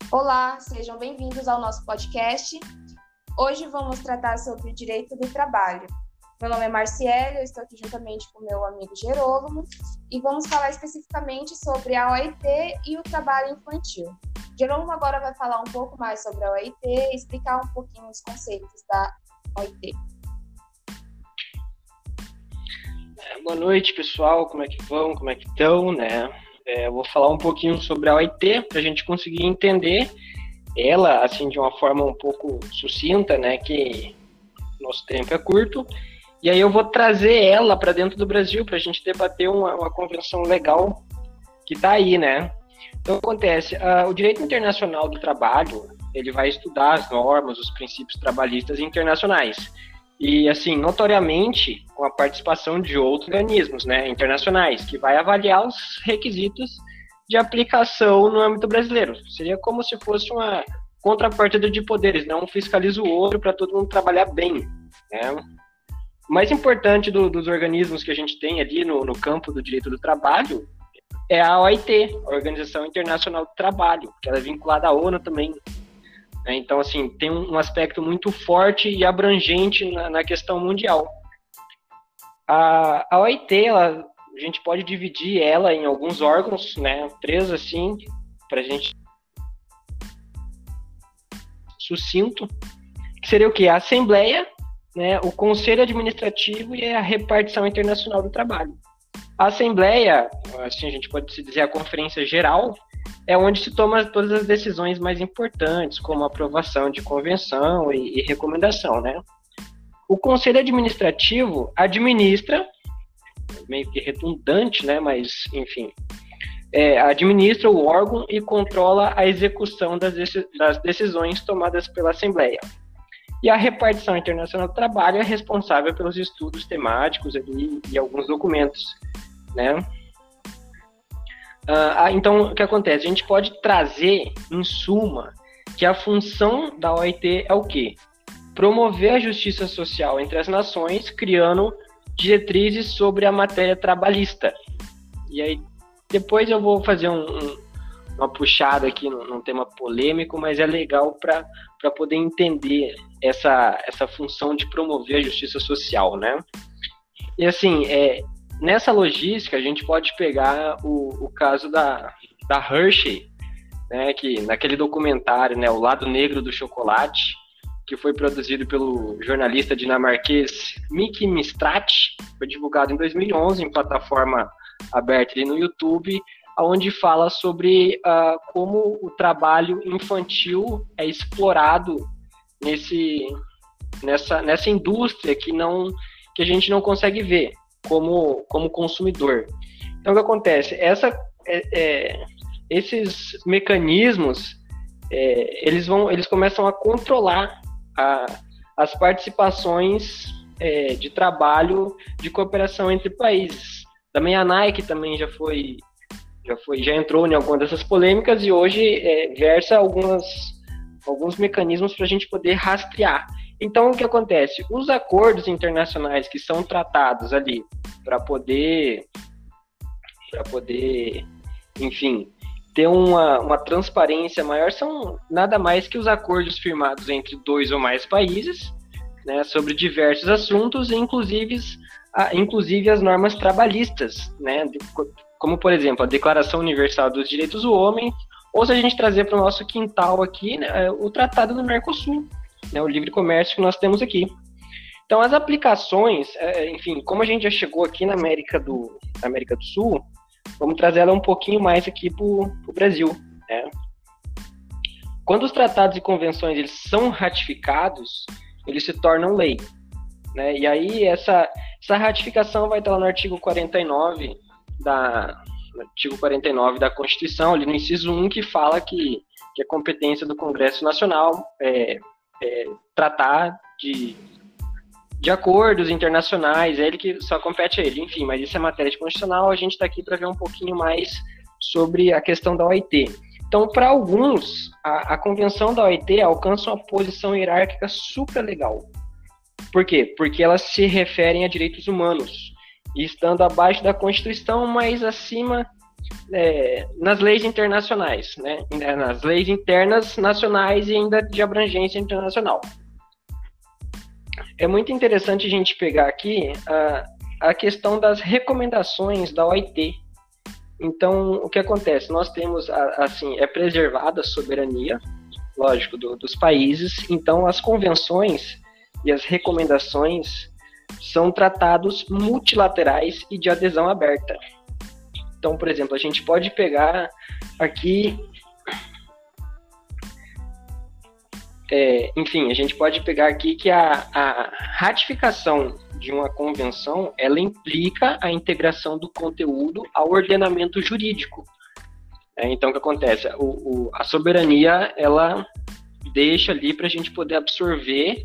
Olá, sejam bem-vindos ao nosso podcast. Hoje vamos tratar sobre o direito do trabalho. Meu nome é Marciele, eu estou aqui juntamente com meu amigo Jerônimo e vamos falar especificamente sobre a OIT e o trabalho infantil. Jerônimo agora vai falar um pouco mais sobre a OIT e explicar um pouquinho os conceitos da OIT. Boa noite, pessoal. Como é que vão? Como é que estão, né? Eu vou falar um pouquinho sobre a OIT para a gente conseguir entender ela, assim, de uma forma um pouco sucinta, né? Que nosso tempo é curto. E aí eu vou trazer ela para dentro do Brasil para a gente debater uma convenção legal que está aí, né? Então, acontece, o direito internacional do trabalho, ele vai estudar as normas, os princípios trabalhistas internacionais. E, assim, notoriamente, com a participação de outros organismos, né, internacionais, que vai avaliar os requisitos de aplicação no âmbito brasileiro. Seria como se fosse uma contrapartida de poderes, né? Um fiscaliza o outro para todo mundo trabalhar bem, né? O mais importante dos organismos que a gente tem ali no campo do direito do trabalho é a OIT, a Organização Internacional do Trabalho, que ela é vinculada à ONU também. Então, assim, tem um aspecto muito forte e abrangente na questão mundial. A OIT, a gente pode dividir ela em alguns órgãos, né? 3, assim, para a gente sucinto, que seria o quê? A Assembleia, né? O Conselho Administrativo e a Repartição Internacional do Trabalho. A Assembleia, assim, a gente pode se dizer a Conferência Geral, é onde se toma todas as decisões mais importantes, como aprovação de convenção e recomendação, né? O Conselho Administrativo administra, meio que redundante, né? Mas, enfim, administra o órgão e controla a execução das decisões tomadas pela Assembleia. E a Repartição Internacional do Trabalho é responsável pelos estudos temáticos ali, e alguns documentos, né? Então, o que acontece? A gente pode trazer, em suma, que a função da OIT é o quê? Promover a justiça social entre as nações, criando diretrizes sobre a matéria trabalhista. E aí, depois eu vou fazer uma puxada aqui num tema polêmico, mas é legal para poder entender essa função de promover a justiça social, né? E assim, nessa logística, a gente pode pegar o caso da Hershey, né, que naquele documentário, né, O Lado Negro do Chocolate, que foi produzido pelo jornalista dinamarquês Miki Mistrat, foi divulgado em 2011 em plataforma aberta ali no YouTube, onde fala sobre como o trabalho infantil é explorado nessa indústria que a gente não consegue ver como consumidor. Então, o que acontece? Esses mecanismos, eles começam a controlar as participações de trabalho de cooperação entre países. Também a Nike também já entrou em alguma dessas polêmicas e hoje versa alguns mecanismos para a gente poder rastrear. Então, o que acontece? Os acordos internacionais que são tratados ali para poder, enfim, ter uma transparência maior são nada mais que os acordos firmados entre 2 ou mais países, né, sobre diversos assuntos, inclusive as normas trabalhistas, né, como, por exemplo, a Declaração Universal dos Direitos do Homem, ou se a gente trazer para o nosso quintal aqui, né, o Tratado do Mercosul, né, o livre comércio que nós temos aqui. Então, as aplicações, enfim, como a gente já chegou aqui na América do Sul, vamos trazer ela um pouquinho mais aqui para o Brasil, né? Quando os tratados e convenções eles são ratificados, eles se tornam lei, né? E aí essa ratificação vai estar lá no artigo 49 da Constituição, ali no inciso 1, que fala que é competência do Congresso Nacional tratar de acordos internacionais, ele que só compete a ele, enfim, mas isso é matéria de constitucional, a gente está aqui para ver um pouquinho mais sobre a questão da OIT. Então, para alguns, a convenção da OIT alcança uma posição hierárquica supralegal. Por quê? Porque elas se referem a direitos humanos, e estando abaixo da Constituição, mas acima nas leis internacionais, né? Nas leis internas nacionais e ainda de abrangência internacional. É muito interessante a gente pegar aqui a questão das recomendações da OIT. Então, o que acontece? Nós temos, assim, é preservada a soberania, lógico, dos países. Então, as convenções e as recomendações são tratados multilaterais e de adesão aberta. Então, por exemplo, a gente pode pegar aqui... enfim, a gente pode pegar aqui que a ratificação de uma convenção, ela implica a integração do conteúdo ao ordenamento jurídico. Então, o que acontece? A soberania, ela deixa ali para a gente poder absorver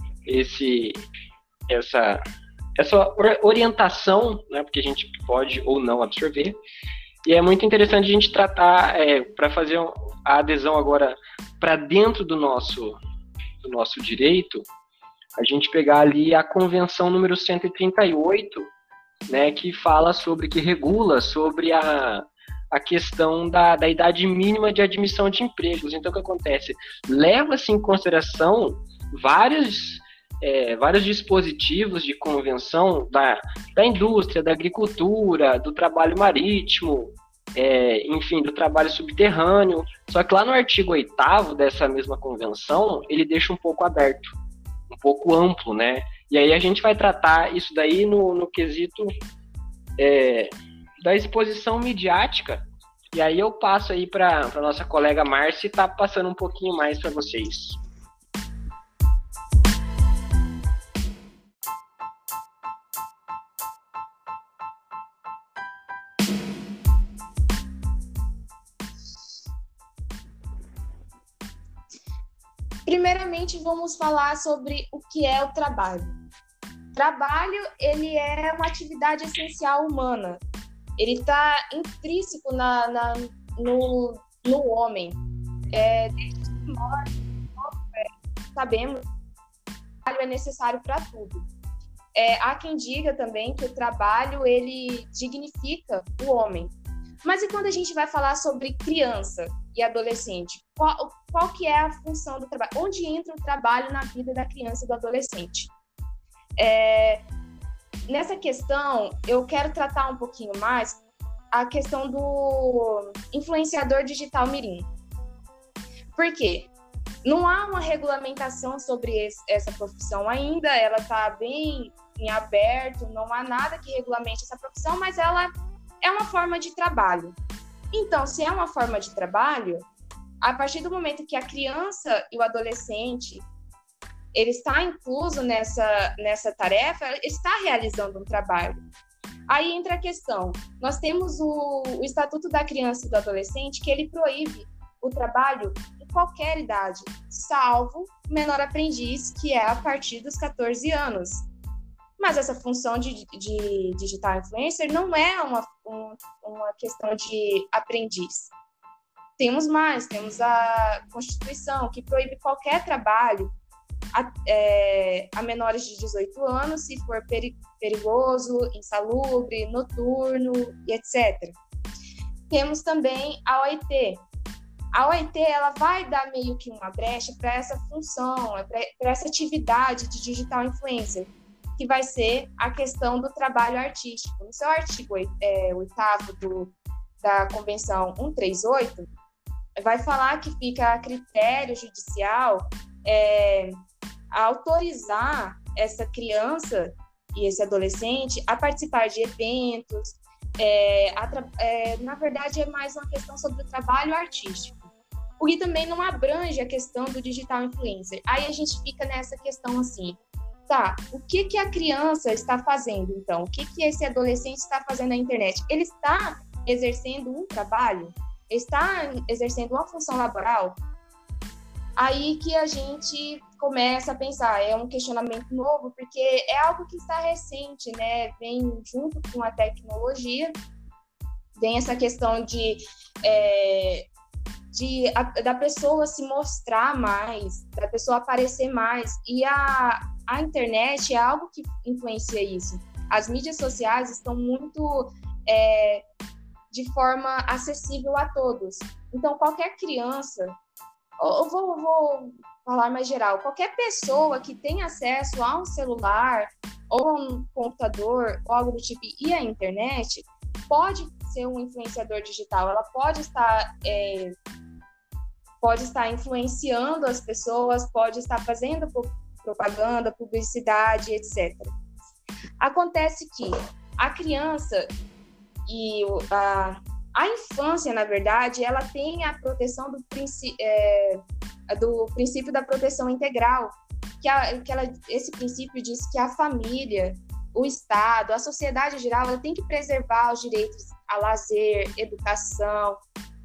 essa orientação, né, porque a gente pode ou não absorver. E é muito interessante a gente tratar, para fazer a adesão agora para dentro do nosso direito, a gente pegar ali a Convenção número 138, né, que regula sobre a questão da idade mínima de admissão de empregos. Então, o que acontece? Leva-se em consideração vários dispositivos de convenção da indústria, da agricultura, do trabalho marítimo, enfim, do trabalho subterrâneo. Só que lá no artigo 8º dessa mesma convenção, ele deixa um pouco aberto, um pouco amplo, né? E aí a gente vai tratar isso daí no quesito da exposição midiática. E aí eu passo aí para nossa colega Márcia, tá passando um pouquinho mais para vocês. Primeiramente, vamos falar sobre o que é o trabalho. Trabalho, ele é uma atividade essencial humana. Ele está intrínseco no homem. Desde que nós sabemos que o trabalho é necessário para tudo. Há quem diga também que o trabalho, ele dignifica o homem. Mas e quando a gente vai falar sobre criança e adolescente? Qual que é a função do trabalho? Onde entra o trabalho na vida da criança e do adolescente? Nessa questão, eu quero tratar um pouquinho mais a questão do influenciador digital mirim. Por quê? Não há uma regulamentação sobre essa profissão ainda, ela está bem em aberto, não há nada que regulamente essa profissão, mas ela é uma forma de trabalho. Então, se é uma forma de trabalho, a partir do momento que a criança e o adolescente ele está incluso nessa tarefa, ele está realizando um trabalho. Aí entra a questão. Nós temos o Estatuto da Criança e do Adolescente, que ele proíbe o trabalho em qualquer idade, salvo o menor aprendiz, que é a partir dos 14 anos. Mas essa função de digital influencer não é uma questão de aprendiz. Temos a Constituição, que proíbe qualquer trabalho a menores de 18 anos, se for perigoso, insalubre, noturno, e etc. Temos também a OIT. A OIT ela vai dar meio que uma brecha para essa função, para essa atividade de digital influencer, que vai ser a questão do trabalho artístico. No seu artigo 8º da Convenção 138, vai falar que fica a critério judicial autorizar essa criança e esse adolescente a participar de eventos. Na verdade, é mais uma questão sobre o trabalho artístico, o que também não abrange a questão do digital influencer. Aí a gente fica nessa questão assim, tá, o que a criança está fazendo, então? O que esse adolescente está fazendo na internet? Ele está exercendo um trabalho? Está exercendo uma função laboral? Aí que a gente começa a pensar, é um questionamento novo, porque é algo que está recente, né? Vem junto com a tecnologia, vem essa questão da pessoa se mostrar mais, da pessoa aparecer mais, e a internet é algo que influencia isso. As mídias sociais estão muito de forma acessível a todos. Então, qualquer criança, eu vou falar mais geral, qualquer pessoa que tem acesso a um celular ou a um computador, ou algo do tipo, e a internet, pode ser um influenciador digital, ela pode estar influenciando as pessoas, pode estar fazendo propaganda, publicidade, etc. Acontece que a criança e a infância, na verdade, ela tem a proteção do princípio da proteção integral, esse princípio diz que a família, o Estado, a sociedade em geral, ela tem que preservar os direitos a lazer, educação,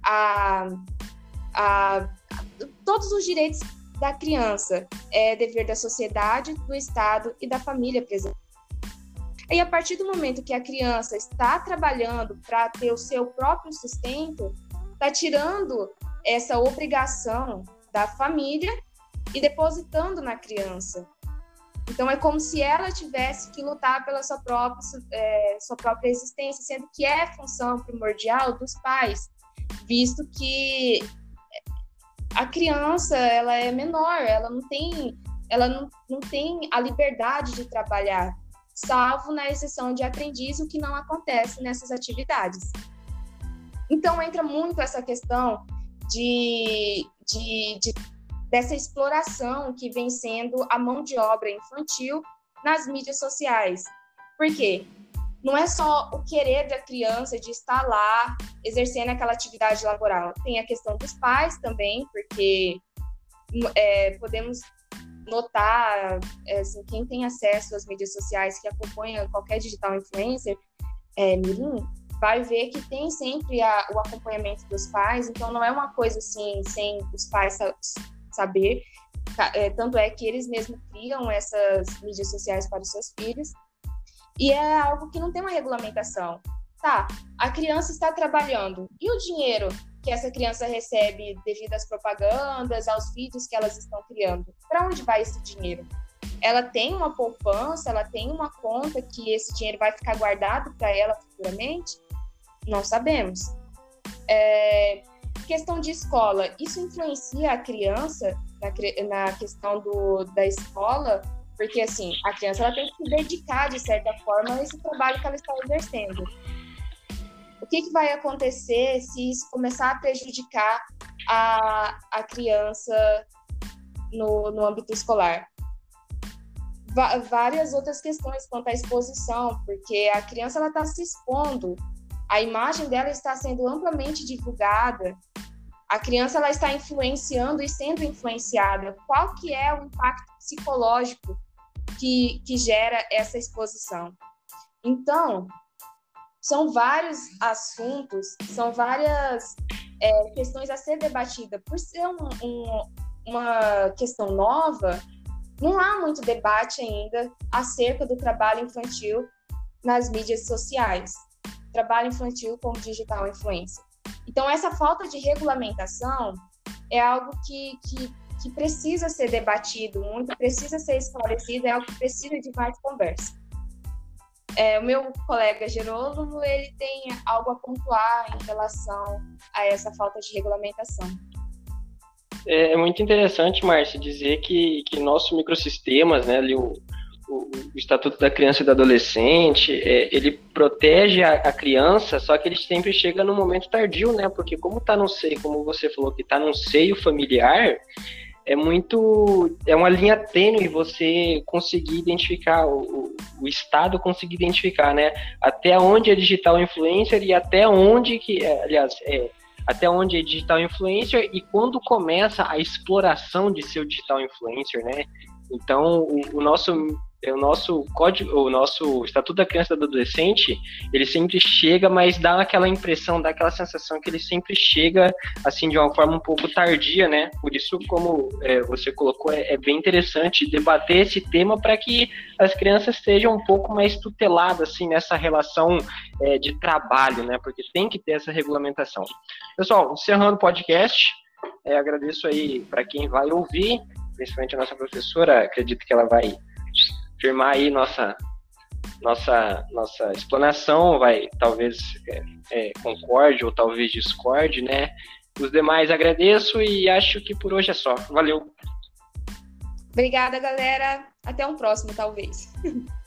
todos os direitos da criança. É dever da sociedade, do Estado e da família preservar. E a partir do momento que a criança está trabalhando para ter o seu próprio sustento, está tirando essa obrigação da família e depositando na criança. Então, é como se ela tivesse que lutar pela sua própria existência, sendo que é função primordial dos pais, visto que a criança ela é menor, ela não tem a liberdade de trabalhar, salvo na exceção de aprendiz, o que não acontece nessas atividades. Então, entra muito essa questão dessa exploração que vem sendo a mão de obra infantil nas mídias sociais. Por quê? Não é só o querer da criança de estar lá exercendo aquela atividade laboral. Tem a questão dos pais também, porque podemos notar, assim, quem tem acesso às mídias sociais, que acompanha qualquer digital influencer, mirim, vai ver que tem sempre o acompanhamento dos pais, então não é uma coisa assim, sem os pais saber, tanto é que eles mesmos criam essas mídias sociais para os seus filhos, e é algo que não tem uma regulamentação. Tá, a criança está trabalhando, e o dinheiro que essa criança recebe devido às propagandas, aos vídeos que elas estão criando? Para onde vai esse dinheiro? Ela tem uma poupança, ela tem uma conta que esse dinheiro vai ficar guardado para ela futuramente? Não sabemos. Questão de escola, isso influencia a criança na questão da escola? Porque, assim, a criança ela tem que se dedicar, de certa forma, a esse trabalho que ela está exercendo. O que vai acontecer se isso começar a prejudicar a criança no âmbito escolar? Várias outras questões quanto à exposição, porque a criança está se expondo, a imagem dela está sendo amplamente divulgada, a criança ela está influenciando e sendo influenciada. Qual que é o impacto psicológico que gera essa exposição? Então, são vários assuntos, são várias questões a ser debatida. Por ser uma questão nova, não há muito debate ainda acerca do trabalho infantil nas mídias sociais. Trabalho infantil como digital influencer. Então, essa falta de regulamentação é algo que precisa ser debatido muito, precisa ser esclarecido, é algo que precisa de mais conversa. O meu colega Jerônimo, ele tem algo a pontuar em relação a essa falta de regulamentação. É muito interessante, Márcia, dizer que nossos microsistemas, né, ali o Estatuto da Criança e do Adolescente, ele protege a criança, só que ele sempre chega no momento tardio, né? Porque como tá no seio, como você falou, que tá num seio familiar, é uma linha tênue você conseguir identificar, o Estado conseguir identificar, né? Até onde é digital influencer e até onde até onde é digital influencer e quando começa a exploração de seu digital influencer, né? Então, o nosso código, o nosso Estatuto da Criança e do Adolescente, ele sempre chega, mas dá aquela impressão, dá aquela sensação que ele sempre chega, assim, de uma forma um pouco tardia, né? Por isso, como você colocou, é bem interessante debater esse tema para que as crianças sejam um pouco mais tuteladas, assim, nessa relação de trabalho, né? Porque tem que ter essa regulamentação. Pessoal, encerrando o podcast, agradeço aí para quem vai ouvir, principalmente a nossa professora, acredito que ela vai firmar aí nossa nossa explanação, talvez concorde ou talvez discorde, né? Os demais agradeço e acho que por hoje é só. Valeu! Obrigada, galera. Até um próximo, talvez.